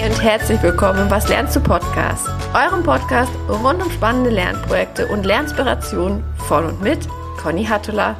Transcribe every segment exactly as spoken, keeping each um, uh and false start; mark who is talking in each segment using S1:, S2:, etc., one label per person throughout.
S1: und herzlich willkommen im Was lernst du Podcast, eurem Podcast rund um spannende Lernprojekte und Lerninspiration von und mit Conny Hattula.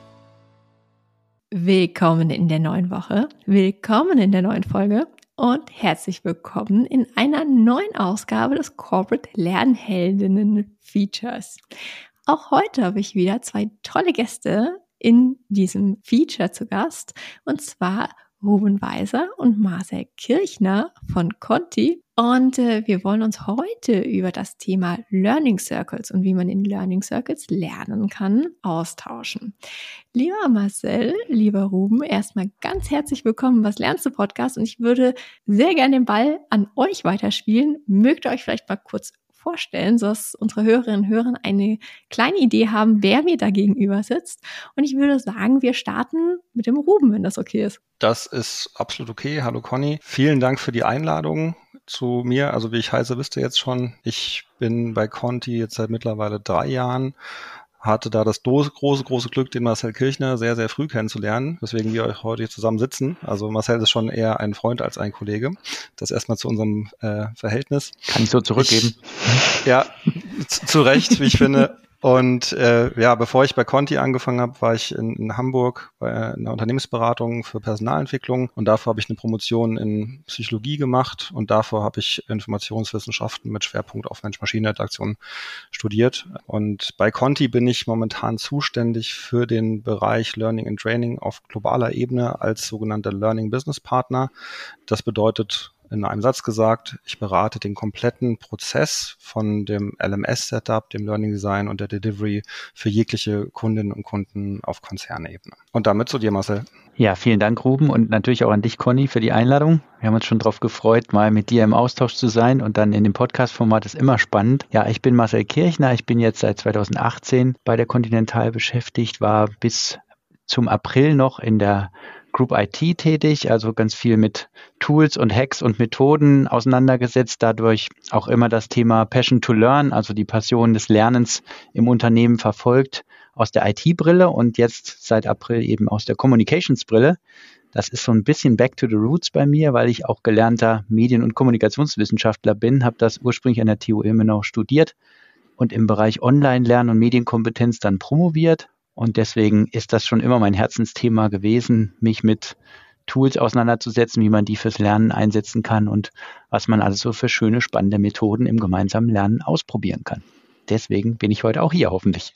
S2: Willkommen in der neuen Woche, willkommen in der neuen Folge und herzlich willkommen in einer neuen Ausgabe des Corporate Lernheldinnen Features. Auch heute habe ich wieder zwei tolle Gäste in diesem Feature zu Gast, und zwar Ruben Weiser und Marcel Kirchner von Conti. Und äh, wir wollen uns heute über das Thema Learning Circles und wie man in Learning Circles lernen kann, austauschen. Lieber Marcel, lieber Ruben, erstmal ganz herzlich willkommen, Was lernst du Podcast? Und ich würde sehr gerne den Ball an euch weiterspielen. Mögt ihr euch vielleicht mal kurz vorstellen, sodass unsere Hörerinnen und Hörer eine kleine Idee haben, wer mir da gegenüber sitzt. Und ich würde sagen, wir starten mit dem Ruben, wenn das okay ist.
S3: Das ist absolut okay. Hallo Conny. Vielen Dank für die Einladung zu mir. Also wie ich heiße, wisst ihr jetzt schon. Ich bin bei Conti jetzt seit mittlerweile drei Jahren. Hatte da das große, große Glück, den Marcel Kirchner sehr, sehr früh kennenzulernen, weswegen wir euch heute hier zusammen sitzen. Also Marcel ist schon eher ein Freund als ein Kollege. Das erstmal zu unserem äh, Verhältnis.
S4: Kann ich so zurückgeben.
S3: Ich, ja, zu, zu Recht, wie ich finde. Und äh, ja, bevor ich bei Conti angefangen habe, war ich in, in Hamburg bei einer Unternehmensberatung für Personalentwicklung, und davor habe ich eine Promotion in Psychologie gemacht, und davor habe ich Informationswissenschaften mit Schwerpunkt auf Mensch-Maschinen-Interaktion studiert. Und bei Conti bin ich momentan zuständig für den Bereich Learning and Training auf globaler Ebene als sogenannter Learning Business Partner. Das bedeutet, in einem Satz gesagt, ich berate den kompletten Prozess von dem L M S-Setup, dem Learning Design und der Delivery für jegliche Kundinnen und Kunden auf Konzernebene. Und damit zu dir, Marcel.
S4: Ja, vielen Dank, Ruben, und natürlich auch an dich, Conny, für die Einladung. Wir haben uns schon darauf gefreut, mal mit dir im Austausch zu sein, und dann in dem Podcast-Format ist immer spannend. Ja, ich bin Marcel Kirchner, ich bin jetzt seit zweitausendachtzehn bei der Continental beschäftigt, war bis zum April noch in der Group I T tätig, also ganz viel mit Tools und Hacks und Methoden auseinandergesetzt, dadurch auch immer das Thema Passion to Learn, also die Passion des Lernens im Unternehmen verfolgt, aus der I T-Brille und jetzt seit April eben aus der Communications-Brille. Das ist so ein bisschen back to the roots bei mir, weil ich auch gelernter Medien- und Kommunikationswissenschaftler bin, habe das ursprünglich an der T U Ilmenau studiert und im Bereich Online-Lernen und Medienkompetenz dann promoviert. Und deswegen ist das schon immer mein Herzensthema gewesen, mich mit Tools auseinanderzusetzen, wie man die fürs Lernen einsetzen kann und was man also so für schöne, spannende Methoden im gemeinsamen Lernen ausprobieren kann. Deswegen bin ich heute auch hier, hoffentlich.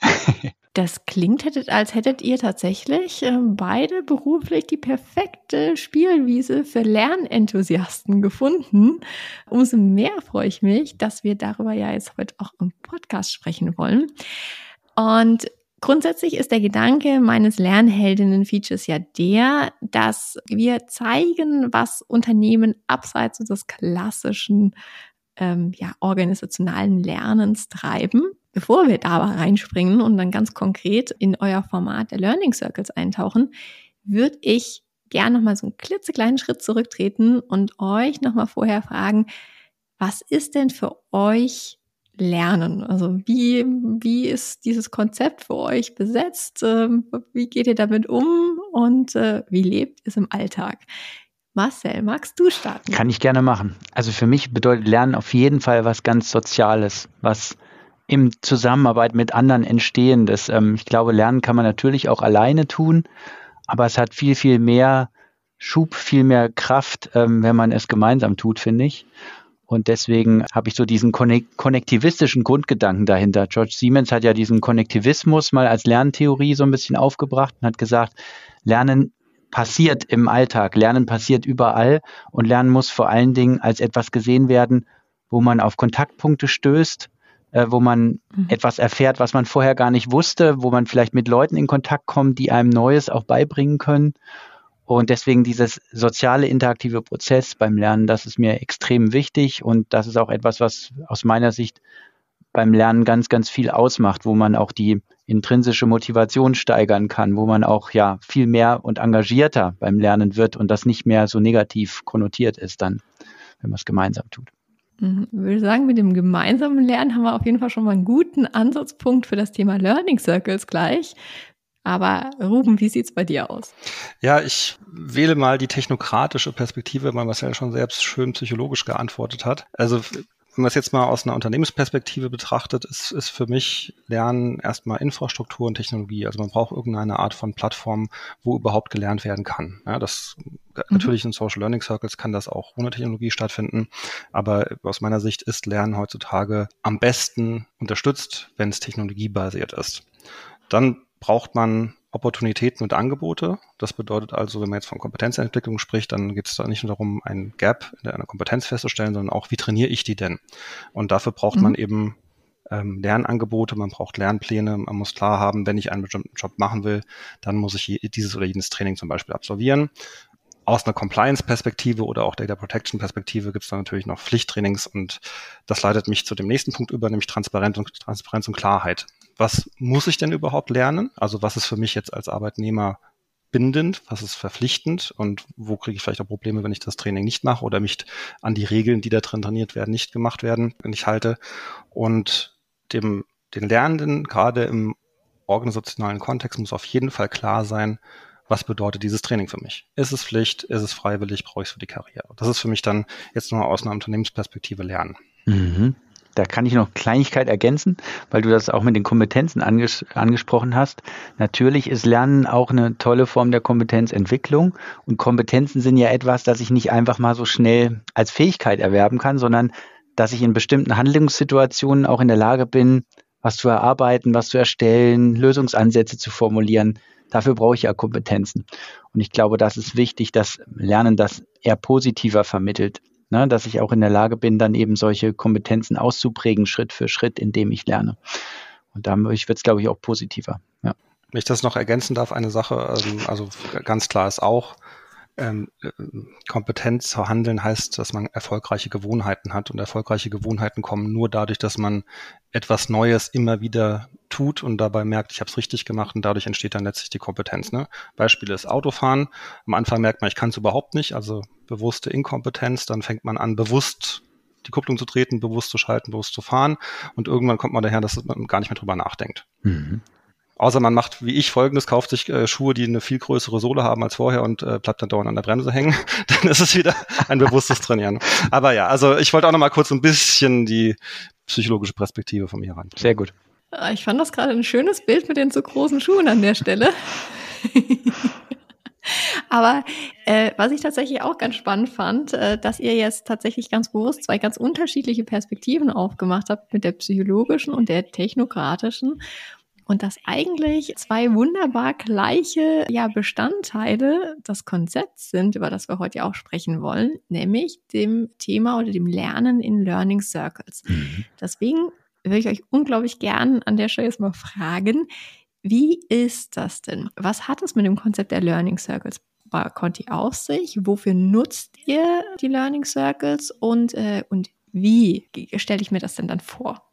S2: Das klingt, als hättet ihr tatsächlich äh, beide beruflich die perfekte Spielwiese für Lernenthusiasten gefunden. Umso mehr freue ich mich, dass wir darüber ja jetzt heute auch im Podcast sprechen wollen. Und grundsätzlich ist der Gedanke meines Lernheldinnen-Features ja der, dass wir zeigen, was Unternehmen abseits des klassischen ähm, ja, organisationalen Lernens treiben. Bevor wir da aber reinspringen und dann ganz konkret in euer Format der Learning Circles eintauchen, würde ich gerne nochmal so einen klitzekleinen Schritt zurücktreten und euch nochmal vorher fragen, was ist denn für euch Lernen? Also wie, wie ist dieses Konzept für euch besetzt? Wie geht ihr damit um und wie lebt es im Alltag? Marcel, magst du starten?
S4: Kann ich gerne machen. Also für mich bedeutet Lernen auf jeden Fall was ganz Soziales, was im Zusammenarbeit mit anderen Entstehendes. Ich glaube, Lernen kann man natürlich auch alleine tun, aber es hat viel, viel mehr Schub, viel mehr Kraft, wenn man es gemeinsam tut, finde ich. Und deswegen habe ich so diesen konnektivistischen Grundgedanken dahinter. George Siemens hat ja diesen Konnektivismus mal als Lerntheorie so ein bisschen aufgebracht und hat gesagt, Lernen passiert im Alltag, Lernen passiert überall, und Lernen muss vor allen Dingen als etwas gesehen werden, wo man auf Kontaktpunkte stößt, äh, wo man mhm. etwas erfährt, was man vorher gar nicht wusste, wo man vielleicht mit Leuten in Kontakt kommt, die einem Neues auch beibringen können. Und deswegen dieses soziale, interaktive Prozess beim Lernen, das ist mir extrem wichtig, und das ist auch etwas, was aus meiner Sicht beim Lernen ganz, ganz viel ausmacht, wo man auch die intrinsische Motivation steigern kann, wo man auch ja viel mehr und engagierter beim Lernen wird und das nicht mehr so negativ konnotiert ist dann, wenn man es gemeinsam tut.
S2: Ich würde sagen, mit dem gemeinsamen Lernen haben wir auf jeden Fall schon mal einen guten Ansatzpunkt für das Thema Learning Circles gleich. Aber Ruben, wie sieht's bei dir aus?
S3: Ja, ich wähle mal die technokratische Perspektive, weil Marcel schon selbst schön psychologisch geantwortet hat. Also wenn man es jetzt mal aus einer Unternehmensperspektive betrachtet, ist, ist für mich Lernen erstmal Infrastruktur und Technologie. Also man braucht irgendeine Art von Plattform, wo überhaupt gelernt werden kann. Ja, das mhm. natürlich in Social Learning Circles kann das auch ohne Technologie stattfinden. Aber aus meiner Sicht ist Lernen heutzutage am besten unterstützt, wenn es technologiebasiert ist. Dann braucht man Opportunitäten und Angebote. Das bedeutet also, wenn man jetzt von Kompetenzentwicklung spricht, dann geht es da nicht nur darum, ein Gap in einer Kompetenz festzustellen, sondern auch, wie trainiere ich die denn? Und dafür braucht mhm. man eben ähm, Lernangebote, man braucht Lernpläne, man muss klar haben, wenn ich einen bestimmten Job machen will, dann muss ich dieses oder jenes Training zum Beispiel absolvieren. Aus einer Compliance-Perspektive oder auch Data Protection-Perspektive gibt es dann natürlich noch Pflichttrainings und das leitet mich zu dem nächsten Punkt über, nämlich Transparenz und, Transparenz und Klarheit. Was muss ich denn überhaupt lernen? Also was ist für mich jetzt als Arbeitnehmer bindend, was ist verpflichtend und wo kriege ich vielleicht auch Probleme, wenn ich das Training nicht mache oder mich an die Regeln, die da drin trainiert werden, nicht gemacht werden, nicht halte. Und dem den Lernenden, gerade im organisationalen Kontext, muss auf jeden Fall klar sein, was bedeutet dieses Training für mich? Ist es Pflicht? Ist es freiwillig? Brauche ich es für die Karriere? Das ist für mich dann jetzt nur aus einer Unternehmensperspektive Lernen.
S4: Mhm. Da kann ich noch Kleinigkeit ergänzen, weil du das auch mit den Kompetenzen anges- angesprochen hast. Natürlich ist Lernen auch eine tolle Form der Kompetenzentwicklung und Kompetenzen sind ja etwas, das ich nicht einfach mal so schnell als Fähigkeit erwerben kann, sondern dass ich in bestimmten Handlungssituationen auch in der Lage bin, was zu erarbeiten, was zu erstellen, Lösungsansätze zu formulieren. Dafür brauche ich ja Kompetenzen. Und ich glaube, das ist wichtig, dass Lernen das eher positiver vermittelt. Ne, dass ich auch in der Lage bin, dann eben solche Kompetenzen auszuprägen, Schritt für Schritt, indem ich lerne. Und dadurch wird es, glaube ich, auch positiver. Ja.
S3: Wenn ich das noch ergänzen darf, eine Sache, also ganz klar ist auch, ähm, Kompetenz zu handeln heißt, dass man erfolgreiche Gewohnheiten hat und erfolgreiche Gewohnheiten kommen nur dadurch, dass man etwas Neues immer wieder tut und dabei merkt, ich habe es richtig gemacht und dadurch entsteht dann letztlich die Kompetenz. Ne? Beispiel ist Autofahren. Am Anfang merkt man, ich kann es überhaupt nicht, also bewusste Inkompetenz. Dann fängt man an, bewusst die Kupplung zu treten, bewusst zu schalten, bewusst zu fahren und irgendwann kommt man daher, dass man gar nicht mehr drüber nachdenkt. Mhm. Außer man macht, wie ich, Folgendes, kauft sich äh, Schuhe, die eine viel größere Sohle haben als vorher und äh, bleibt dann dauernd an der Bremse hängen. Dann ist es wieder ein bewusstes Trainieren. Aber ja, also ich wollte auch noch mal kurz ein bisschen die psychologische Perspektive von mir ran.
S4: Sehr gut.
S2: Ich fand das gerade ein schönes Bild mit den so großen Schuhen an der Stelle. Aber äh, was ich tatsächlich auch ganz spannend fand, äh, dass ihr jetzt tatsächlich ganz bewusst zwei ganz unterschiedliche Perspektiven aufgemacht habt mit der psychologischen und der technokratischen. Und dass eigentlich zwei wunderbar gleiche ja, Bestandteile des Konzepts sind, über das wir heute ja auch sprechen wollen, nämlich dem Thema oder dem Lernen in Learning Circles. Mhm. Deswegen würde ich euch unglaublich gern an der Stelle jetzt mal fragen, wie ist das denn? Was hat es mit dem Konzept der Learning Circles bei Conti auf sich? Wofür nutzt ihr die Learning Circles und, äh, und wie stelle ich mir das denn dann vor?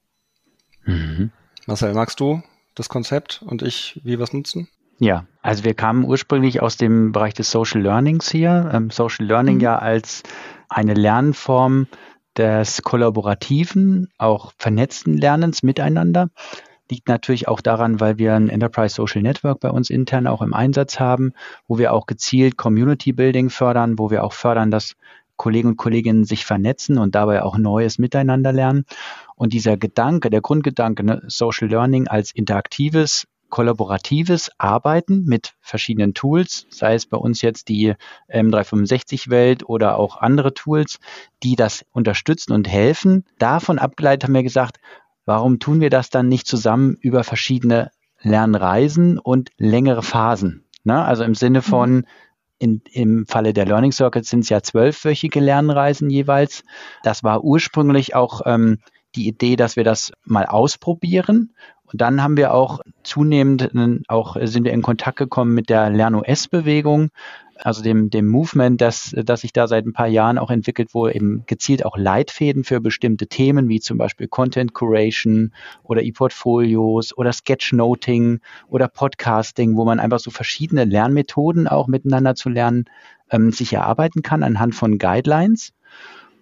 S3: Mhm. Marcel, magst du das Konzept und ich, wie wir es nutzen?
S4: Ja, also wir kamen ursprünglich aus dem Bereich des Social Learnings hier. Ähm, Social Learning mhm. ja als eine Lernform des kollaborativen, auch vernetzten Lernens miteinander. Liegt natürlich auch daran, weil wir ein Enterprise Social Network bei uns intern auch im Einsatz haben, wo wir auch gezielt Community Building fördern, wo wir auch fördern, dass Kollegen und Kolleginnen sich vernetzen und dabei auch Neues miteinander lernen. Und dieser Gedanke, der Grundgedanke, ne, Social Learning als interaktives, kollaboratives Arbeiten mit verschiedenen Tools, sei es bei uns jetzt die M dreihundertfünfundsechzig-Welt oder auch andere Tools, die das unterstützen und helfen. Davon abgeleitet haben wir gesagt, warum tun wir das dann nicht zusammen über verschiedene Lernreisen und längere Phasen? Ne? Also im Sinne von, In, im Falle der Learning Circles sind es ja zwölfwöchige Lernreisen jeweils. Das war ursprünglich auch ähm, die Idee, dass wir das mal ausprobieren. Und dann haben wir auch zunehmend auch sind wir in Kontakt gekommen mit der Lern-O S-Bewegung, also dem, dem Movement, das, das sich da seit ein paar Jahren auch entwickelt, wo eben gezielt auch Leitfäden für bestimmte Themen, wie zum Beispiel Content Curation oder E-Portfolios oder Sketchnoting oder Podcasting, wo man einfach so verschiedene Lernmethoden auch miteinander zu lernen, ähm, sich erarbeiten kann anhand von Guidelines.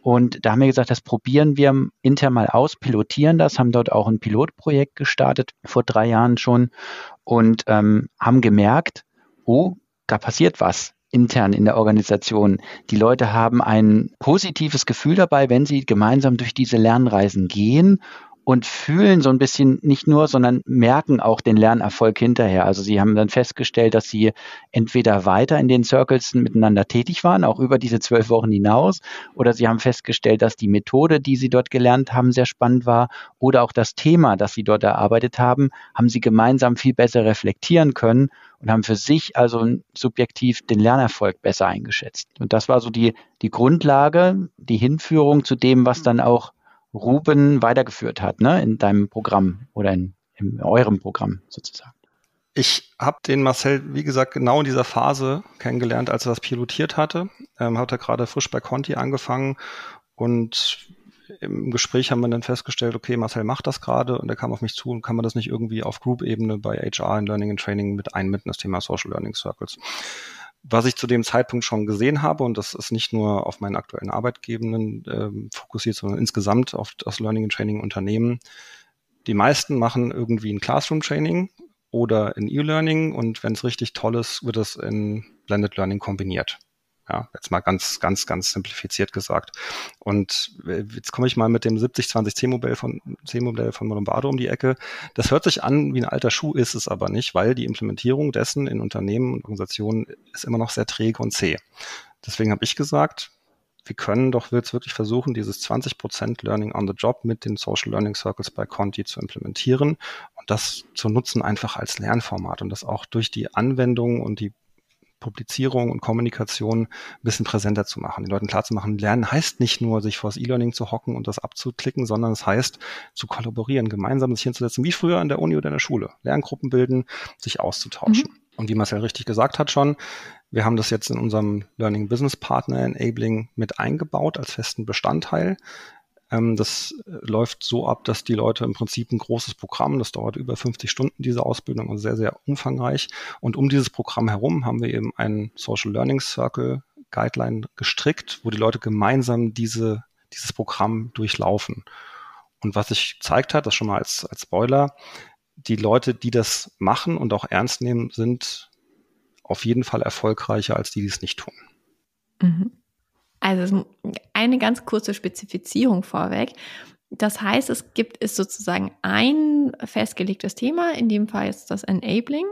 S4: Und da haben wir gesagt, das probieren wir intern mal aus, pilotieren das, haben dort auch ein Pilotprojekt gestartet, vor drei Jahren schon, und ähm, haben gemerkt, oh, da passiert was intern in der Organisation. Die Leute haben ein positives Gefühl dabei, wenn sie gemeinsam durch diese Lernreisen gehen und fühlen so ein bisschen nicht nur, sondern merken auch den Lernerfolg hinterher. Also sie haben dann festgestellt, dass sie entweder weiter in den Circles miteinander tätig waren, auch über diese zwölf Wochen hinaus, oder sie haben festgestellt, dass die Methode, die sie dort gelernt haben, sehr spannend war, oder auch das Thema, das sie dort erarbeitet haben, haben sie gemeinsam viel besser reflektieren können und haben für sich also subjektiv den Lernerfolg besser eingeschätzt. Und das war so die, die Grundlage, die Hinführung zu dem, was dann auch Ruben weitergeführt hat, ne, in deinem Programm oder in, in eurem Programm sozusagen.
S3: Ich habe den Marcel, wie gesagt, genau in dieser Phase kennengelernt, als er das pilotiert hatte. Ähm, hat er gerade frisch bei Conti angefangen und im Gespräch haben wir dann festgestellt, okay, Marcel macht das gerade und er kam auf mich zu und kann man das nicht irgendwie auf Group-Ebene bei H R in Learning and Training mit einbinden, das Thema Social Learning Circles. Was ich zu dem Zeitpunkt schon gesehen habe, und das ist nicht nur auf meinen aktuellen Arbeitgebenden ähm, fokussiert, sondern insgesamt auf das Learning and Training Unternehmen. Die meisten machen irgendwie ein Classroom-Training oder in E-Learning und wenn es richtig toll ist, wird es in Blended Learning kombiniert. Ja, jetzt mal ganz, ganz, ganz simplifiziert gesagt. Und jetzt komme ich mal mit dem siebzig zwanzig C-Modell von, C-Modell von Lombardo um die Ecke. Das hört sich an wie ein alter Schuh, ist es aber nicht, weil die Implementierung dessen in Unternehmen und Organisationen ist immer noch sehr träge und zäh. Deswegen habe ich gesagt, wir können doch jetzt wirklich versuchen, dieses zwanzig Prozent Learning on the Job mit den Social Learning Circles bei Conti zu implementieren und das zu nutzen einfach als Lernformat und das auch durch die Anwendung und die Publizierung und Kommunikation ein bisschen präsenter zu machen, den Leuten klarzumachen, Lernen heißt nicht nur, sich vor das E-Learning zu hocken und das abzuklicken, sondern es heißt, zu kollaborieren, gemeinsam sich hinzusetzen, wie früher an der Uni oder in der Schule, Lerngruppen bilden, sich auszutauschen. Mhm. Und wie Marcel richtig gesagt hat schon, wir haben das jetzt in unserem Learning Business Partner Enabling mit eingebaut als festen Bestandteil. Das läuft so ab, dass die Leute im Prinzip ein großes Programm, das dauert über fünfzig Stunden, diese Ausbildung, also sehr, sehr umfangreich. Und um dieses Programm herum haben wir eben einen Social Learning Circle Guideline gestrickt, wo die Leute gemeinsam diese, dieses Programm durchlaufen. Und was sich gezeigt hat, das schon mal als, als Spoiler, die Leute, die das machen und auch ernst nehmen, sind auf jeden Fall erfolgreicher als die, die es nicht tun.
S2: Mhm. Also eine ganz kurze Spezifizierung vorweg. Das heißt, es gibt ist sozusagen ein festgelegtes Thema, in dem Fall ist das Enabling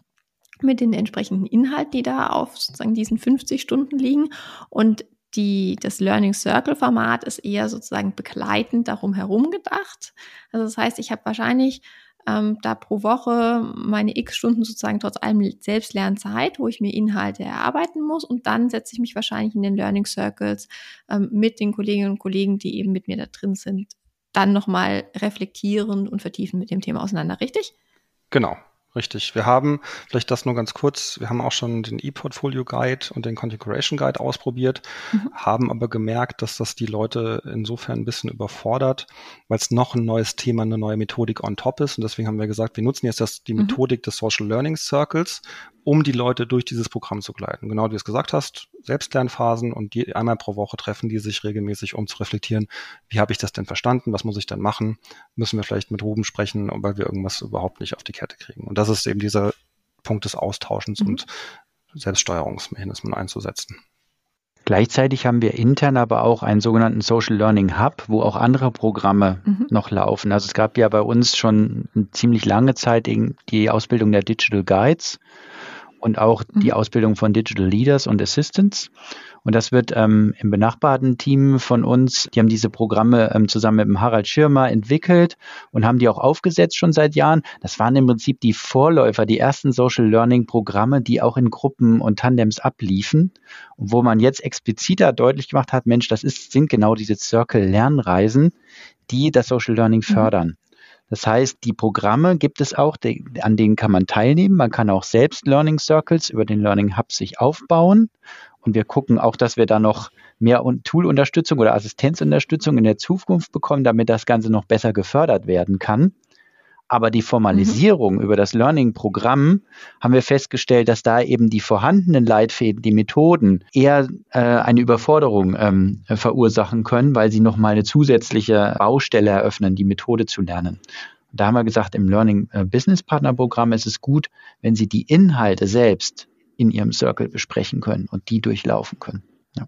S2: mit den entsprechenden Inhalten, die da auf sozusagen diesen fünfzig Stunden liegen und die, das Learning Circle Format ist eher sozusagen begleitend darum herum gedacht. Also das heißt, ich habe wahrscheinlich ähm, da pro Woche meine x Stunden sozusagen trotz allem Selbstlernzeit, wo ich mir Inhalte erarbeiten muss und dann setze ich mich wahrscheinlich in den Learning Circles ähm, mit den Kolleginnen und Kollegen, die eben mit mir da drin sind, dann nochmal reflektierend und vertiefend mit dem Thema auseinander, richtig?
S3: Genau. Richtig. Wir haben, vielleicht das nur ganz kurz, wir haben auch schon den E-Portfolio Guide und den Configuration Guide ausprobiert, mhm. haben aber gemerkt, dass das die Leute insofern ein bisschen überfordert, weil es noch ein neues Thema, eine neue Methodik on top ist. Und deswegen haben wir gesagt, wir nutzen jetzt das, die mhm. Methodik des Social Learning Circles, um die Leute durch dieses Programm zu gleiten. Genau wie du es gesagt hast, Selbstlernphasen und die, einmal pro Woche treffen die sich regelmäßig, um zu reflektieren, wie habe ich das denn verstanden, was muss ich dann machen, müssen wir vielleicht mit Ruben sprechen, weil wir irgendwas überhaupt nicht auf die Kette kriegen. Und das ist eben dieser Punkt des Austauschens mhm. und Selbststeuerungsmechanismen einzusetzen.
S4: Gleichzeitig haben wir intern aber auch einen sogenannten Social Learning Hub, wo auch andere Programme mhm. noch laufen. Also es gab ja bei uns schon eine ziemlich lange Zeit die Ausbildung der Digital Guides und auch mhm. die Ausbildung von Digital Leaders und Assistants. Und das wird ähm, im benachbarten Team von uns, die haben diese Programme ähm, zusammen mit dem Harald Schirmer entwickelt und haben die auch aufgesetzt schon seit Jahren. Das waren im Prinzip die Vorläufer, die ersten Social Learning Programme, die auch in Gruppen und Tandems abliefen. Und wo man jetzt expliziter deutlich gemacht hat, Mensch, das ist, sind genau diese Circle-Lernreisen, die das Social Learning fördern. Mhm. Das heißt, die Programme gibt es auch, die, an denen kann man teilnehmen. Man kann auch selbst Learning Circles über den Learning Hub sich aufbauen. Und wir gucken auch, dass wir da noch mehr Tool-Unterstützung oder Assistenzunterstützung in der Zukunft bekommen, damit das Ganze noch besser gefördert werden kann. Aber die Formalisierung mhm. über das Learning-Programm haben wir festgestellt, dass da eben die vorhandenen Leitfäden, die Methoden eher äh, eine Überforderung ähm, verursachen können, weil sie nochmal eine zusätzliche Baustelle eröffnen, die Methode zu lernen. Und da haben wir gesagt, im Learning-Business-Partner-Programm ist es gut, wenn Sie die Inhalte selbst in Ihrem Circle besprechen können und die durchlaufen können.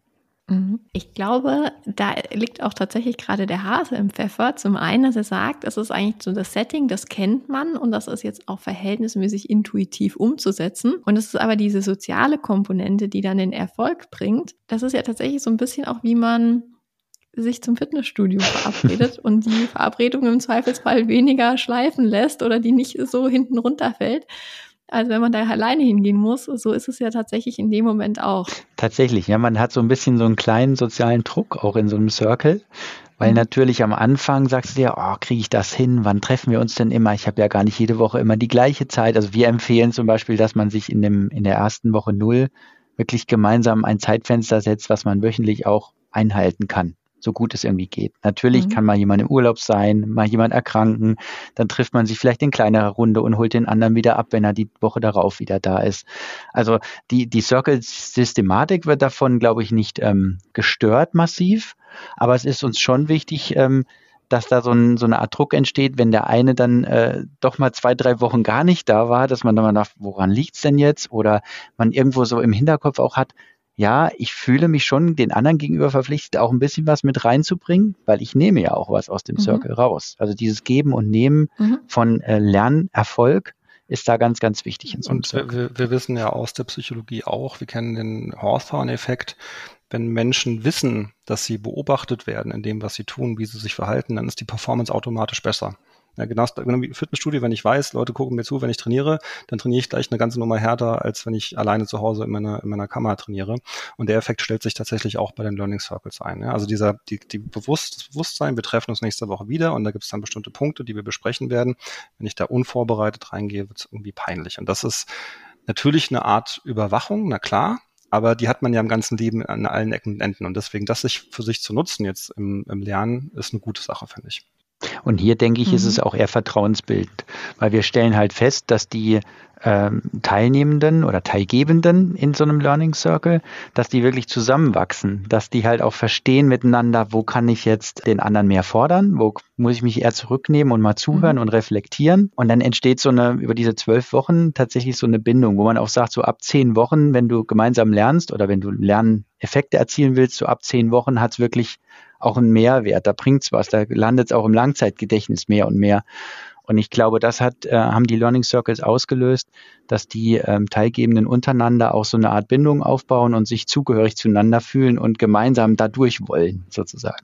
S2: Ich glaube, da liegt auch tatsächlich gerade der Hase im Pfeffer. Zum einen, dass er sagt, es ist eigentlich so das Setting, das kennt man und das ist jetzt auch verhältnismäßig intuitiv umzusetzen. Und es ist aber diese soziale Komponente, die dann den Erfolg bringt. Das ist ja tatsächlich so ein bisschen auch, wie man sich zum Fitnessstudio verabredet und die Verabredung im Zweifelsfall weniger schleifen lässt oder die nicht so hinten runterfällt. Also wenn man da alleine hingehen muss, so ist es ja tatsächlich in dem Moment auch.
S4: Tatsächlich, ja, man hat so ein bisschen so einen kleinen sozialen Druck auch in so einem Circle, weil mhm. natürlich am Anfang sagst du dir, oh, kriege ich das hin, wann treffen wir uns denn immer? Ich habe ja gar nicht jede Woche immer die gleiche Zeit. Also wir empfehlen zum Beispiel, dass man sich in dem in der ersten Woche null wirklich gemeinsam ein Zeitfenster setzt, was man wöchentlich auch einhalten kann, so gut es irgendwie geht. Natürlich mhm. kann mal jemand im Urlaub sein, mal jemand erkranken, dann trifft man sich vielleicht in kleinerer Runde und holt den anderen wieder ab, wenn er die Woche darauf wieder da ist. Also die, die Circle-Systematik wird davon, glaube ich, nicht ähm, gestört massiv, aber es ist uns schon wichtig, ähm, dass da so, ein, so eine Art Druck entsteht, wenn der eine dann äh, doch mal zwei, drei Wochen gar nicht da war, dass man dann mal dachte, woran liegt's denn jetzt? Oder man irgendwo so im Hinterkopf auch hat, ja, ich fühle mich schon den anderen gegenüber verpflichtet, auch ein bisschen was mit reinzubringen, weil ich nehme ja auch was aus dem mhm. Circle raus. Also dieses Geben und Nehmen mhm. von äh, Lernerfolg ist da ganz, ganz wichtig in so einem
S3: Und
S4: Circle.
S3: Wir, wir wissen ja aus der Psychologie auch, wir kennen den Hawthorne-Effekt, wenn Menschen wissen, dass sie beobachtet werden in dem, was sie tun, wie sie sich verhalten, dann ist die Performance automatisch besser. Ja, genau, genau wie im Fitnessstudio, wenn ich weiß, Leute gucken mir zu, wenn ich trainiere, dann trainiere ich gleich eine ganze Nummer härter, als wenn ich alleine zu Hause in meiner, in meiner Kammer trainiere. Und der Effekt stellt sich tatsächlich auch bei den Learning Circles ein. Ja? Also dieser, die, die Bewusst, das Bewusstsein, wir treffen uns nächste Woche wieder und da gibt es dann bestimmte Punkte, die wir besprechen werden. Wenn ich da unvorbereitet reingehe, wird es irgendwie peinlich. Und das ist natürlich eine Art Überwachung, na klar, aber die hat man ja im ganzen Leben an allen Ecken und Enden. Und deswegen, das sich für sich zu nutzen jetzt im, im Lernen, ist eine gute Sache, finde ich.
S4: Und hier, denke ich, mhm. ist es auch eher vertrauensbildend, weil wir stellen halt fest, dass die ähm, Teilnehmenden oder Teilgebenden in so einem Learning Circle, dass die wirklich zusammenwachsen, dass die halt auch verstehen miteinander, wo kann ich jetzt den anderen mehr fordern, wo muss ich mich eher zurücknehmen und mal zuhören mhm. und reflektieren. Und dann entsteht so eine, über diese zwölf Wochen tatsächlich so eine Bindung, wo man auch sagt, so ab zehn Wochen, wenn du gemeinsam lernst oder wenn du Lerneffekte erzielen willst, so ab zehn Wochen hat es wirklich auch einen Mehrwert, da bringt's was, da landet es auch im Langzeitgedächtnis mehr und mehr. Und ich glaube, das hat, äh, haben die Learning Circles ausgelöst, dass die ähm, Teilgebenden untereinander auch so eine Art Bindung aufbauen und sich zugehörig zueinander fühlen und gemeinsam dadurch wollen, sozusagen.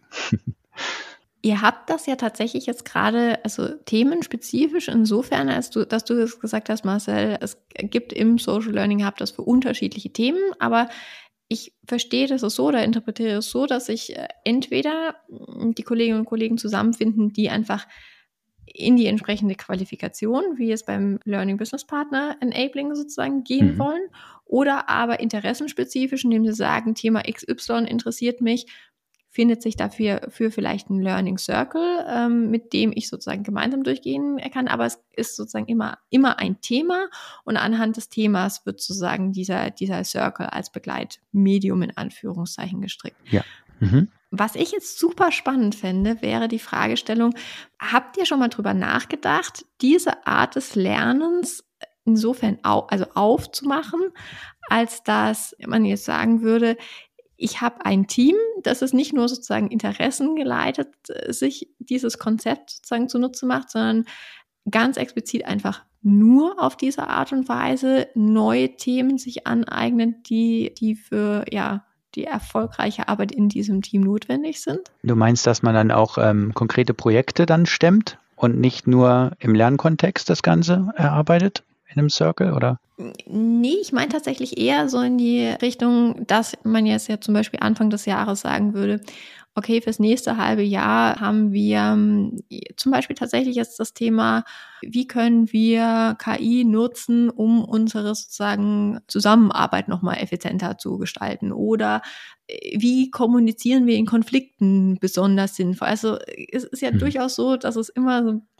S2: Ihr habt das ja tatsächlich jetzt gerade, also themenspezifisch insofern, als du, dass du das gesagt hast, Marcel, es gibt im Social Learning Hub das für unterschiedliche Themen, aber ich verstehe das so oder interpretiere es so, dass sich entweder die Kolleginnen und Kollegen zusammenfinden, die einfach in die entsprechende Qualifikation, wie es beim Learning Business Partner Enabling sozusagen gehen mhm. wollen, oder aber interessenspezifisch, indem sie sagen, Thema X Y interessiert mich, findet sich dafür für vielleicht ein Learning Circle, ähm, mit dem ich sozusagen gemeinsam durchgehen kann, aber es ist sozusagen immer, immer ein Thema und anhand des Themas wird sozusagen dieser, dieser Circle als Begleitmedium in Anführungszeichen gestrickt.
S4: Ja. Mhm.
S2: Was ich jetzt super spannend fände, wäre die Fragestellung, habt ihr schon mal drüber nachgedacht, diese Art des Lernens insofern au- also aufzumachen, als dass man jetzt sagen würde, ich habe ein Team, das ist nicht nur sozusagen interessengeleitet, sich dieses Konzept sozusagen zunutze macht, sondern ganz explizit einfach nur auf diese Art und Weise neue Themen sich aneignen, die, die für, ja, die erfolgreiche Arbeit in diesem Team notwendig sind.
S4: Du meinst, dass man dann auch ähm, konkrete Projekte dann stemmt und nicht nur im Lernkontext das Ganze erarbeitet? In einem Circle, oder?
S2: Nee, ich meine tatsächlich eher so in die Richtung, dass man jetzt ja zum Beispiel Anfang des Jahres sagen würde, okay, fürs nächste halbe Jahr haben wir zum Beispiel tatsächlich jetzt das Thema, wie können wir K I nutzen, um unsere sozusagen Zusammenarbeit nochmal effizienter zu gestalten, oder wie kommunizieren wir in Konflikten besonders sinnvoll. Also es ist ja mhm. durchaus so, dass es immer so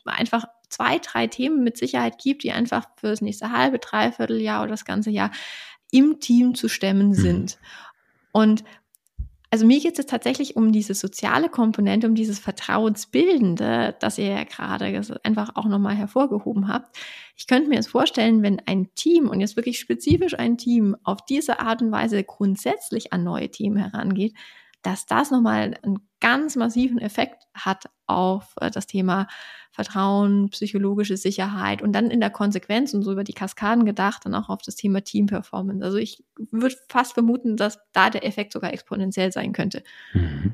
S2: einfach zwei, drei Themen mit Sicherheit gibt, die einfach für das nächste halbe, dreiviertel Jahr oder das ganze Jahr im Team zu stemmen sind. Und also mir geht es jetzt tatsächlich um diese soziale Komponente, um dieses Vertrauensbildende, das ihr ja gerade einfach auch nochmal hervorgehoben habt. Ich könnte mir jetzt vorstellen, wenn ein Team, und jetzt wirklich spezifisch ein Team, auf diese Art und Weise grundsätzlich an neue Themen herangeht, dass das nochmal einen ganz massiven Effekt hat auf das Thema Vertrauen, psychologische Sicherheit und dann in der Konsequenz und so über die Kaskaden gedacht, dann auch auf das Thema Team-Performance. Also ich würde fast vermuten, dass da der Effekt sogar exponentiell sein könnte.
S4: Mhm.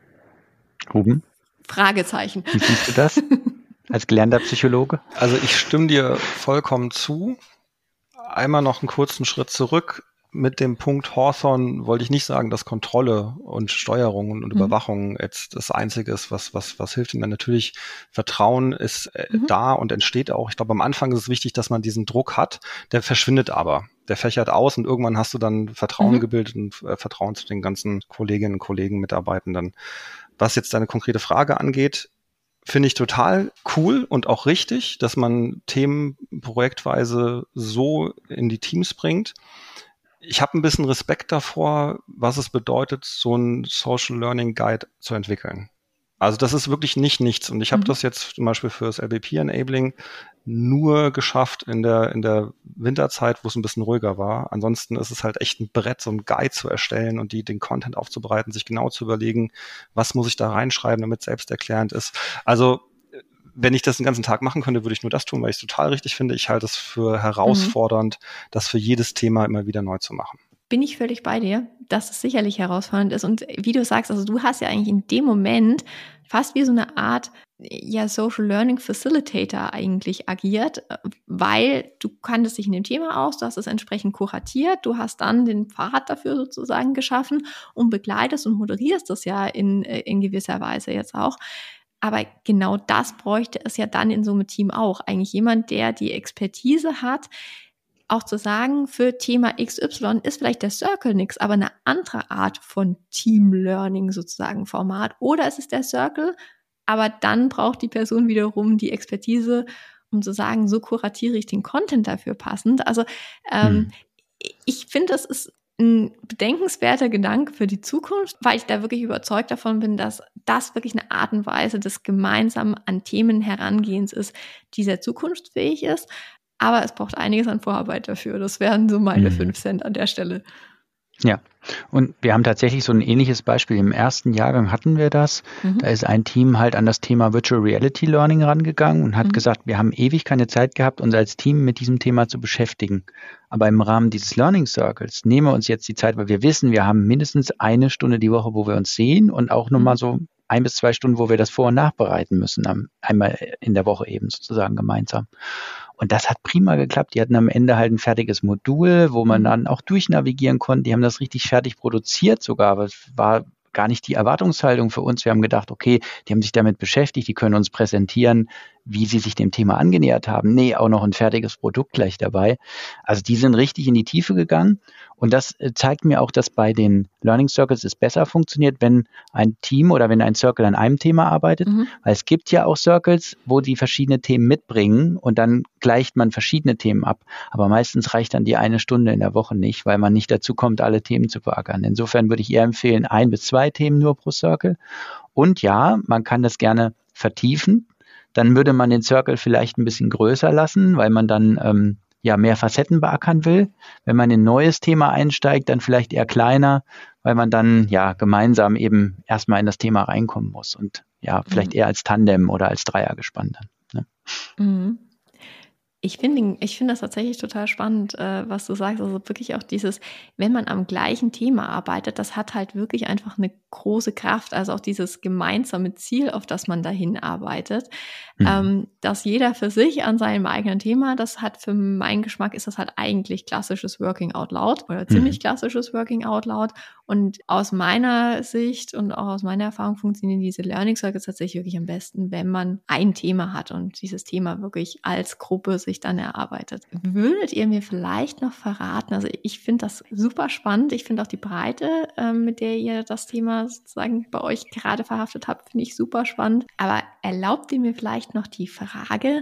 S4: Ruben?
S2: Fragezeichen.
S4: Wie siehst du das als gelernter Psychologe?
S3: Also ich stimme dir vollkommen zu. Einmal noch einen kurzen Schritt zurück. Mit dem Punkt Hawthorne wollte ich nicht sagen, dass Kontrolle und Steuerung und mhm. Überwachung jetzt das Einzige ist, was, was, was hilft. Und natürlich Vertrauen ist äh, mhm. da und entsteht auch. Ich glaube, am Anfang ist es wichtig, dass man diesen Druck hat. Der verschwindet aber. Der fächert aus und irgendwann hast du dann Vertrauen mhm. gebildet und äh, Vertrauen zu den ganzen Kolleginnen und Kollegen, Mitarbeitenden. Was jetzt deine konkrete Frage angeht, finde ich total cool und auch richtig, dass man Themen projektweise so in die Teams bringt. Ich habe ein bisschen Respekt davor, was es bedeutet, so ein Social Learning Guide zu entwickeln. Also das ist wirklich nicht nichts. Und ich habe mhm. das jetzt zum Beispiel für das L B P-Enabling nur geschafft in der in der Winterzeit, wo es ein bisschen ruhiger war. Ansonsten ist es halt echt ein Brett, so ein Guide zu erstellen und die den Content aufzubereiten, sich genau zu überlegen, was muss ich da reinschreiben, damit es selbsterklärend ist. Also wenn ich das den ganzen Tag machen könnte, würde ich nur das tun, weil ich es total richtig finde. Ich halte es für herausfordernd, mhm. das für jedes Thema immer wieder neu zu machen.
S2: Bin ich völlig bei dir, dass es sicherlich herausfordernd ist. Und wie du sagst, also du hast ja eigentlich in dem Moment fast wie so eine Art ja, Social Learning Facilitator eigentlich agiert, weil du kanntest dich in dem Thema aus, du hast es entsprechend kuratiert, du hast dann den Pfad dafür sozusagen geschaffen und begleitest und moderierst das ja in, in gewisser Weise jetzt auch. Aber genau das bräuchte es ja dann in so einem Team auch. Eigentlich jemand, der die Expertise hat, auch zu sagen, für Thema X Y ist vielleicht der Circle nix, aber eine andere Art von Team-Learning sozusagen Format. Oder es ist der Circle, aber dann braucht die Person wiederum die Expertise, um zu sagen, so kuratiere ich den Content dafür passend. Also ähm, hm. ich finde, das ist ein bedenkenswerter Gedanke für die Zukunft, weil ich da wirklich überzeugt davon bin, dass das wirklich eine Art und Weise des gemeinsamen an Themen Herangehens ist, die sehr zukunftsfähig ist. Aber es braucht einiges an Vorarbeit dafür. Das wären so meine mhm. fünf Cent an der Stelle.
S4: Ja, und wir haben tatsächlich so ein ähnliches Beispiel. Im ersten Jahrgang hatten wir das. Mhm. Da ist ein Team halt an das Thema Virtual Reality Learning rangegangen und hat mhm. gesagt, wir haben ewig keine Zeit gehabt, uns als Team mit diesem Thema zu beschäftigen. Aber im Rahmen dieses Learning Circles nehmen wir uns jetzt die Zeit, weil wir wissen, wir haben mindestens eine Stunde die Woche, wo wir uns sehen und auch nochmal mhm. so ein bis zwei Stunden, wo wir das vor- und nachbereiten müssen, einmal in der Woche eben sozusagen gemeinsam. Und das hat prima geklappt. Die hatten am Ende halt ein fertiges Modul, wo man dann auch durchnavigieren konnte. Die haben das richtig fertig produziert sogar, aber es war gar nicht die Erwartungshaltung für uns. Wir haben gedacht, okay, die haben sich damit beschäftigt, die können uns präsentieren, wie sie sich dem Thema angenähert haben. Nee, auch noch ein fertiges Produkt gleich dabei. Also die sind richtig in die Tiefe gegangen. Und das zeigt mir auch, dass bei den Learning Circles es besser funktioniert, wenn ein Team oder wenn ein Circle an einem Thema arbeitet. Mhm. Weil es gibt ja auch Circles, wo die verschiedene Themen mitbringen und dann gleicht man verschiedene Themen ab. Aber meistens reicht dann die eine Stunde in der Woche nicht, weil man nicht dazu kommt, alle Themen zu beackern. Insofern würde ich eher empfehlen, ein bis zwei Themen nur pro Circle. Und ja, man kann das gerne vertiefen. Dann würde man den Circle vielleicht ein bisschen größer lassen, weil man dann ähm, ja mehr Facetten beackern will. Wenn man in ein neues Thema einsteigt, dann vielleicht eher kleiner, weil man dann ja gemeinsam eben erstmal in das Thema reinkommen muss und ja vielleicht mhm. eher als Tandem oder als Dreier gespannt dann. Ne?
S2: Mhm. Ich finde ich finde das tatsächlich total spannend, äh, was du sagst. Also wirklich auch dieses, wenn man am gleichen Thema arbeitet, das hat halt wirklich einfach eine große Kraft. Also auch dieses gemeinsame Ziel, auf das man dahin arbeitet. Mhm. Ähm, dass jeder für sich an seinem eigenen Thema, das hat für meinen Geschmack, ist das halt eigentlich klassisches Working Out Loud oder ziemlich mhm. klassisches Working Out Loud. Und aus meiner Sicht und auch aus meiner Erfahrung funktionieren diese Learning Circles tatsächlich wirklich am besten, wenn man ein Thema hat und dieses Thema wirklich als Gruppe sich dann erarbeitet. Würdet ihr mir vielleicht noch verraten, also ich finde das super spannend, ich finde auch die Breite, äh, mit der ihr das Thema sozusagen bei euch gerade verhaftet habt, finde ich super spannend. Aber erlaubt ihr mir vielleicht noch die Frage,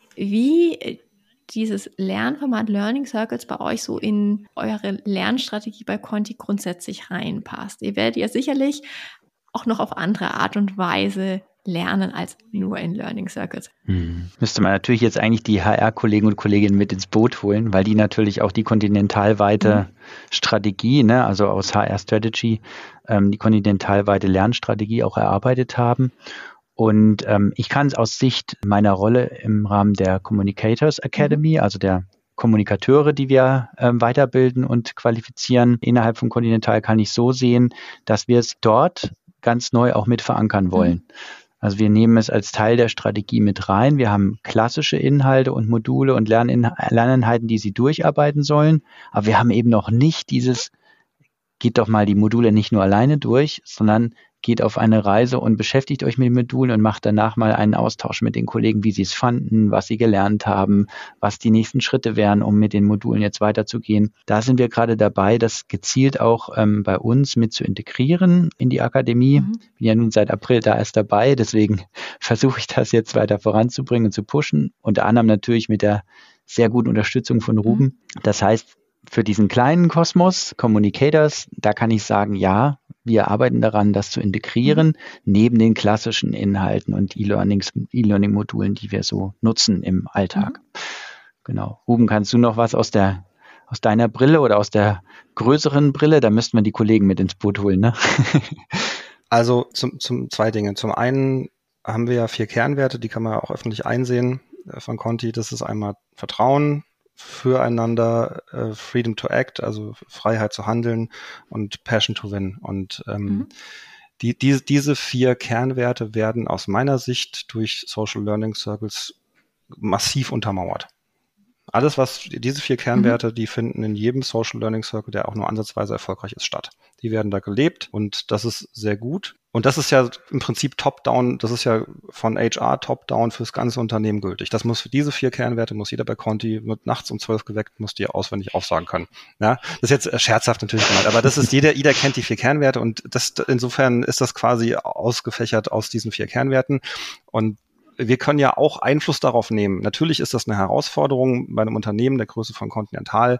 S2: wie dieses Lernformat Learning Circles bei euch so in eure Lernstrategie bei Conti grundsätzlich reinpasst? Ihr werdet ja sicherlich auch noch auf andere Art und Weise lernen als nur in Learning Circles.
S4: Hm. Müsste man natürlich jetzt eigentlich die H R-Kollegen und Kolleginnen mit ins Boot holen, weil die natürlich auch die kontinentalweite mhm. Strategie, ne, also aus H R-Strategy, ähm, die kontinentalweite Lernstrategie auch erarbeitet haben. Und ähm, ich kann es aus Sicht meiner Rolle im Rahmen der Communicators Academy, mhm. also der Kommunikateure, die wir ähm, weiterbilden und qualifizieren innerhalb von Continental, kann ich so sehen, dass wir es dort ganz neu auch mit verankern wollen. Mhm. Also wir nehmen es als Teil der Strategie mit rein. Wir haben klassische Inhalte und Module und Lernin- Lerneinheiten, die sie durcharbeiten sollen. Aber wir haben eben noch nicht dieses, geht doch mal die Module nicht nur alleine durch, sondern geht auf eine Reise und beschäftigt euch mit den Modulen und macht danach mal einen Austausch mit den Kollegen, wie sie es fanden, was sie gelernt haben, was die nächsten Schritte wären, um mit den Modulen jetzt weiterzugehen. Da sind wir gerade dabei, das gezielt auch ähm, bei uns mit zu integrieren in die Akademie. Mhm. Bin ja nun seit April da erst dabei, deswegen versuche ich das jetzt weiter voranzubringen und zu pushen. Unter anderem natürlich mit der sehr guten Unterstützung von Ruben. Mhm. Das heißt, für diesen kleinen Kosmos, Communicators, da kann ich sagen, ja, wir arbeiten daran, das zu integrieren, mhm. neben den klassischen Inhalten und E-Learnings, E-Learning-Modulen, die wir so nutzen im Alltag. Mhm. Genau. Ruben, kannst du noch was aus der, aus deiner Brille oder aus der größeren Brille? Da müssten wir die Kollegen mit ins Boot holen, ne?
S3: Also zum, zum zwei Dinge. Zum einen haben wir ja vier Kernwerte, die kann man auch öffentlich einsehen von Conti. Das ist einmal Vertrauen, füreinander, äh, Freedom to Act, also Freiheit zu handeln und Passion to Win. Und ähm, mhm. die, die, diese vier Kernwerte werden aus meiner Sicht durch Social Learning Circles massiv untermauert. Alles, was diese vier Kernwerte, mhm. die finden in jedem Social Learning Circle, der auch nur ansatzweise erfolgreich ist, statt. Die werden da gelebt und das ist sehr gut. Und das ist ja im Prinzip top-down, das ist ja von H R top-down fürs ganze Unternehmen gültig. Das muss für diese vier Kernwerte, muss jeder bei Conti, wird nachts um zwölf geweckt, muss die auswendig aufsagen können. Ja, das ist jetzt scherzhaft natürlich gemeint, aber das ist jeder, jeder kennt die vier Kernwerte und das, insofern ist das quasi ausgefächert aus diesen vier Kernwerten und wir können ja auch Einfluss darauf nehmen. Natürlich ist das eine Herausforderung bei einem Unternehmen der Größe von Continental,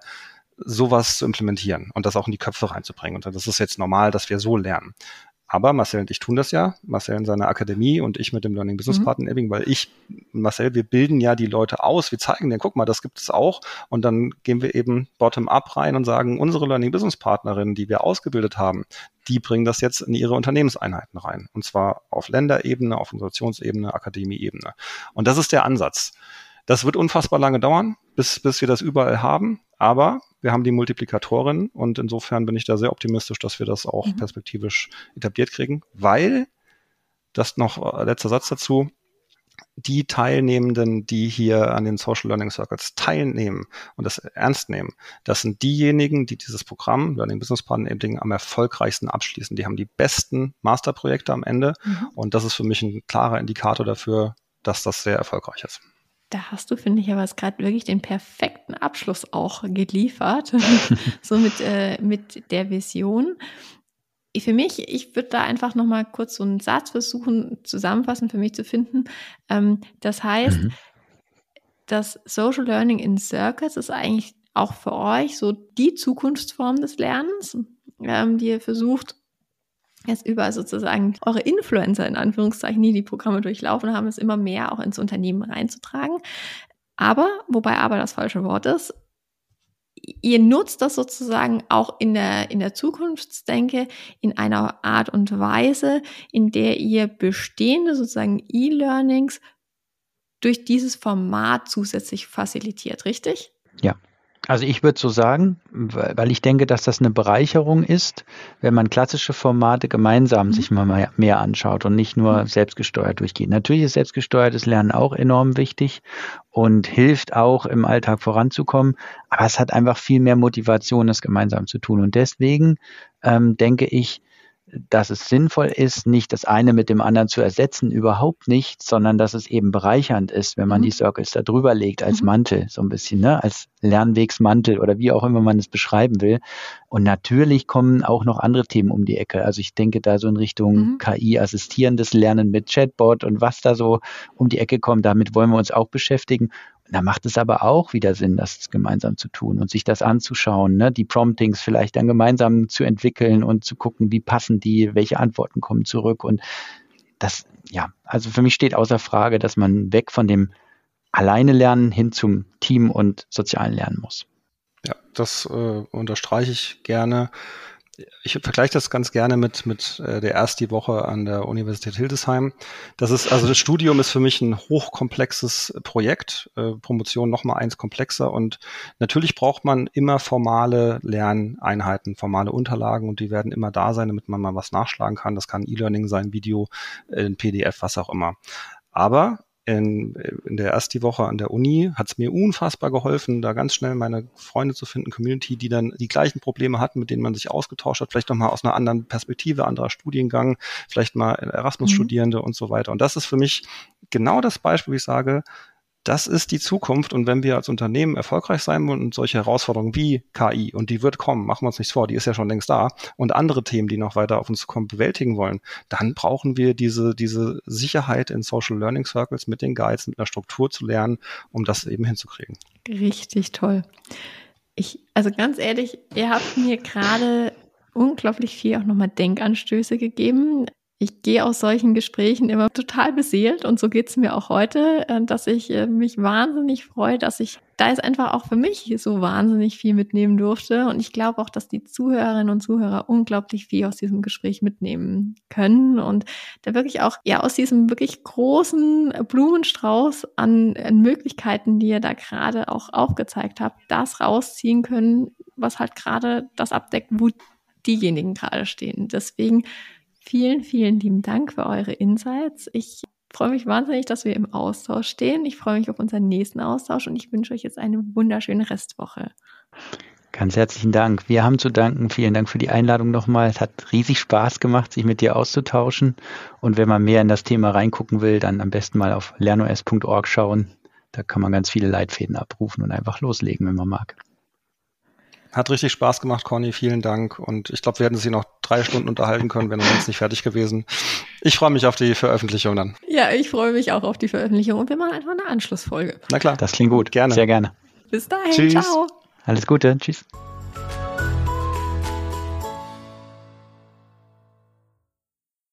S3: sowas zu implementieren und das auch in die Köpfe reinzubringen. Und das ist jetzt normal, dass wir so lernen. Aber Marcel und ich tun das ja. Marcel in seiner Akademie und ich mit dem Learning Business mhm. Partner Ebbing, weil ich, Marcel, wir bilden ja die Leute aus. Wir zeigen denen, guck mal, das gibt es auch. Und dann gehen wir eben bottom-up rein und sagen, unsere Learning Business Partnerinnen, die wir ausgebildet haben, die bringen das jetzt in ihre Unternehmenseinheiten rein. Und zwar auf Länderebene, auf Organisationsebene, Akademieebene. Und das ist der Ansatz. Das wird unfassbar lange dauern, bis, bis wir das überall haben. Aber wir haben die Multiplikatorin und insofern bin ich da sehr optimistisch, dass wir das auch mhm. perspektivisch etabliert kriegen, weil, das noch äh, letzter Satz dazu, die Teilnehmenden, die hier an den Social Learning Circles teilnehmen und das ernst nehmen, das sind diejenigen, die dieses Programm Learning Business Partner Ebbing am erfolgreichsten abschließen. Die haben die besten Masterprojekte am Ende mhm. und das ist für mich ein klarer Indikator dafür, dass das sehr erfolgreich ist.
S2: Da hast du, finde ich, aber gerade wirklich den perfekten Abschluss auch geliefert, so mit, äh, mit der Vision. Für mich, ich würde da einfach nochmal kurz so einen Satz versuchen, zusammenfassend für mich zu finden. Ähm, das heißt, mhm. das Social Learning in Circles ist eigentlich auch für euch so die Zukunftsform des Lernens, ähm, die ihr versucht, jetzt über sozusagen eure Influencer in Anführungszeichen, die die Programme durchlaufen haben, es immer mehr auch ins Unternehmen reinzutragen. Aber, wobei aber das falsche Wort ist, ihr nutzt das sozusagen auch in der, in der Zukunftsdenke in einer Art und Weise, in der ihr bestehende sozusagen E-Learnings durch dieses Format zusätzlich facilitiert, richtig?
S4: Ja, Also ich würde so sagen, weil ich denke, dass das eine Bereicherung ist, wenn man klassische Formate gemeinsam mhm. sich mal mehr anschaut und nicht nur mhm. selbstgesteuert durchgeht. Natürlich ist selbstgesteuertes Lernen auch enorm wichtig und hilft auch im Alltag voranzukommen, aber es hat einfach viel mehr Motivation, das gemeinsam zu tun. Und deswegen ähm, denke ich, dass es sinnvoll ist, nicht das eine mit dem anderen zu ersetzen, überhaupt nicht, sondern dass es eben bereichernd ist, wenn man mhm. die Circles da drüber legt als mhm. Mantel, so ein bisschen, ne, als Lernwegsmantel oder wie auch immer man es beschreiben will. Und natürlich kommen auch noch andere Themen um die Ecke. Also ich denke da so in Richtung mhm. K I-assistierendes Lernen mit Chatbot und was da so um die Ecke kommt, damit wollen wir uns auch beschäftigen. Da macht es aber auch wieder Sinn, das gemeinsam zu tun und sich das anzuschauen, ne? Die Promptings vielleicht dann gemeinsam zu entwickeln und zu gucken, wie passen die, welche Antworten kommen zurück. Und das, ja, also für mich steht außer Frage, dass man weg von dem alleine Lernen hin zum Team und sozialen Lernen muss.
S3: Ja, das äh, unterstreiche ich gerne. Ich vergleiche das ganz gerne mit mit äh, der ersten Woche an der Universität Hildesheim. Das ist also das Studium ist für mich ein hochkomplexes Projekt, äh, Promotion noch mal eins komplexer und natürlich braucht man immer formale Lerneinheiten, formale Unterlagen und die werden immer da sein, damit man mal was nachschlagen kann. Das kann E-Learning sein, Video, äh, ein P D F, was auch immer. Aber In, in der ersten Woche an der Uni hat es mir unfassbar geholfen, da ganz schnell meine Freunde zu finden, Community, die dann die gleichen Probleme hatten, mit denen man sich ausgetauscht hat, vielleicht nochmal aus einer anderen Perspektive, anderer Studiengang, vielleicht mal Erasmus-Studierende mhm. und so weiter. Und das ist für mich genau das Beispiel, wie ich sage, das ist die Zukunft und wenn wir als Unternehmen erfolgreich sein wollen und solche Herausforderungen wie K I, und die wird kommen, machen wir uns nichts vor, die ist ja schon längst da, und andere Themen, die noch weiter auf uns kommen, bewältigen wollen, dann brauchen wir diese diese Sicherheit in Social Learning Circles mit den Guides, mit einer Struktur zu lernen, um das eben hinzukriegen.
S2: Richtig toll. Ich, also ganz ehrlich, ihr habt mir gerade unglaublich viel auch nochmal Denkanstöße gegeben. Ich gehe aus solchen Gesprächen immer total beseelt und so geht es mir auch heute, dass ich mich wahnsinnig freue, dass ich da jetzt einfach auch für mich so wahnsinnig viel mitnehmen durfte und ich glaube auch, dass die Zuhörerinnen und Zuhörer unglaublich viel aus diesem Gespräch mitnehmen können und da wirklich auch ja aus diesem wirklich großen Blumenstrauß an, an Möglichkeiten, die ihr da gerade auch aufgezeigt habt, das rausziehen können, was halt gerade das abdeckt, wo diejenigen gerade stehen. Deswegen vielen, vielen lieben Dank für eure Insights. Ich freue mich wahnsinnig, dass wir im Austausch stehen. Ich freue mich auf unseren nächsten Austausch und ich wünsche euch jetzt eine wunderschöne Restwoche.
S4: Ganz herzlichen Dank. Wir haben zu danken. Vielen Dank für die Einladung nochmal. Es hat riesig Spaß gemacht, sich mit dir auszutauschen. Und wenn man mehr in das Thema reingucken will, dann am besten mal auf lernos punkt org schauen. Da kann man ganz viele Leitfäden abrufen und einfach loslegen, wenn man mag.
S3: Hat richtig Spaß gemacht, Conny. Vielen Dank. Und ich glaube, wir hätten sie noch drei Stunden unterhalten können, wären wir uns nicht fertig gewesen. Ich freue mich auf die Veröffentlichung dann.
S2: Ja, ich freue mich auch auf die Veröffentlichung. Und wir machen einfach eine Anschlussfolge.
S3: Na klar.
S4: Das klingt gut.
S3: Gerne.
S4: Sehr gerne.
S2: Bis dahin.
S3: Tschüss.
S2: Ciao.
S4: Alles Gute. Tschüss.